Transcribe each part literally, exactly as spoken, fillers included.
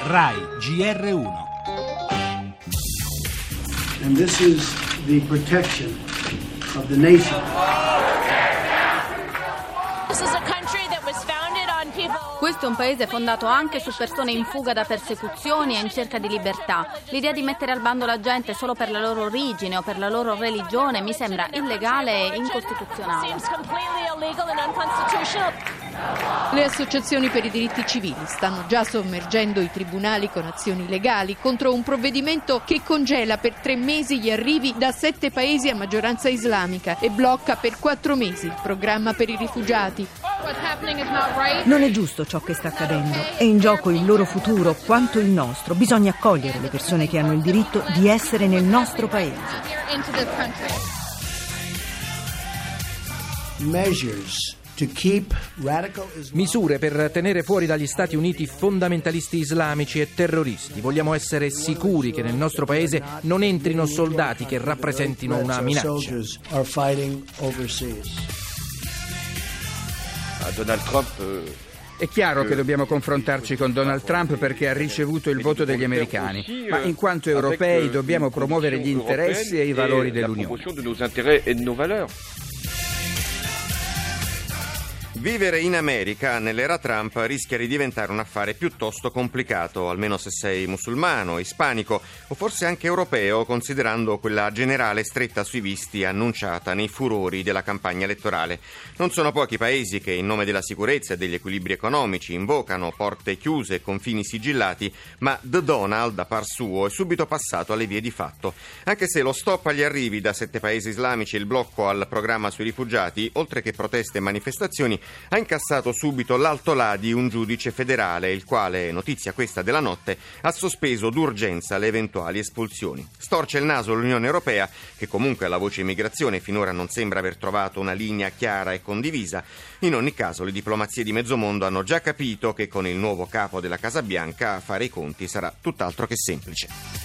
Rai G R uno. And this is the protection of the nation. This is a country that was founded on people. Questo è un paese fondato anche su persone in fuga da persecuzioni e in cerca di libertà. L'idea di mettere al bando la gente solo per la loro origine o per la loro religione mi sembra illegale e incostituzionale. Le associazioni per i diritti civili stanno già sommergendo i tribunali con azioni legali contro un provvedimento che congela per tre mesi gli arrivi da sette paesi a maggioranza islamica e blocca per quattro mesi il programma per i rifugiati. Non è giusto ciò che sta accadendo. È in gioco il loro futuro quanto il nostro. Bisogna accogliere le persone che hanno il diritto di essere nel nostro paese. Measures to keep radical Islam. Misure per tenere fuori dagli Stati Uniti fondamentalisti islamici e terroristi. Vogliamo essere sicuri che nel nostro paese non entrino soldati che rappresentino una minaccia. Donald Trump. È chiaro che dobbiamo confrontarci con Donald Trump perché ha ricevuto il voto degli americani, ma in quanto europei dobbiamo promuovere gli interessi e i valori dell'Unione. Vivere in America nell'era Trump rischia di diventare un affare piuttosto complicato, almeno se sei musulmano, ispanico o forse anche europeo, considerando quella generale stretta sui visti annunciata nei furori della campagna elettorale. Non sono pochi paesi che in nome della sicurezza e degli equilibri economici invocano porte chiuse e confini sigillati, ma The Donald, a par suo, è subito passato alle vie di fatto. Anche se lo stop agli arrivi da sette paesi islamici e il blocco al programma sui rifugiati, oltre che proteste e manifestazioni, ha incassato subito l'alto là di un giudice federale, il quale, notizia questa della notte, ha sospeso d'urgenza le eventuali espulsioni. Storce il naso l'Unione Europea, che comunque alla voce immigrazione finora non sembra aver trovato una linea chiara e condivisa. In ogni caso, le diplomazie di mezzo mondo hanno già capito che con il nuovo capo della Casa Bianca fare i conti sarà tutt'altro che semplice.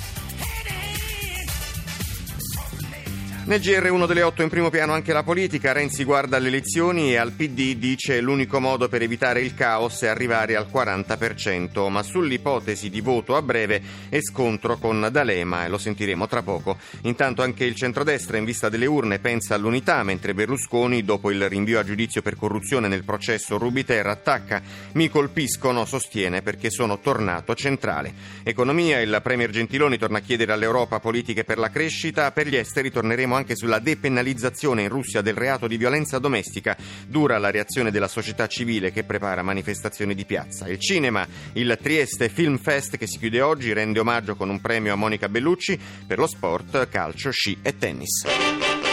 Nel G R uno delle otto in primo piano anche la politica. Renzi guarda alle elezioni e al P D dice l'unico modo per evitare il caos è arrivare al quaranta per cento, ma sull'ipotesi di voto a breve è scontro con D'Alema e lo sentiremo tra poco. Intanto anche il centrodestra in vista delle urne pensa all'unità, mentre Berlusconi, dopo il rinvio a giudizio per corruzione nel processo Rubiter, attacca "mi colpiscono", sostiene, perché sono tornato centrale. Economia, il premier Gentiloni torna a chiedere all'Europa politiche per la crescita. Per gli esteri torneremo anche sulla depenalizzazione in Russia del reato di violenza domestica. Dura la reazione della società civile che prepara manifestazioni di piazza. Il cinema, il Trieste Film Fest che si chiude oggi rende omaggio con un premio a Monica Bellucci. Per lo sport, calcio, sci e tennis.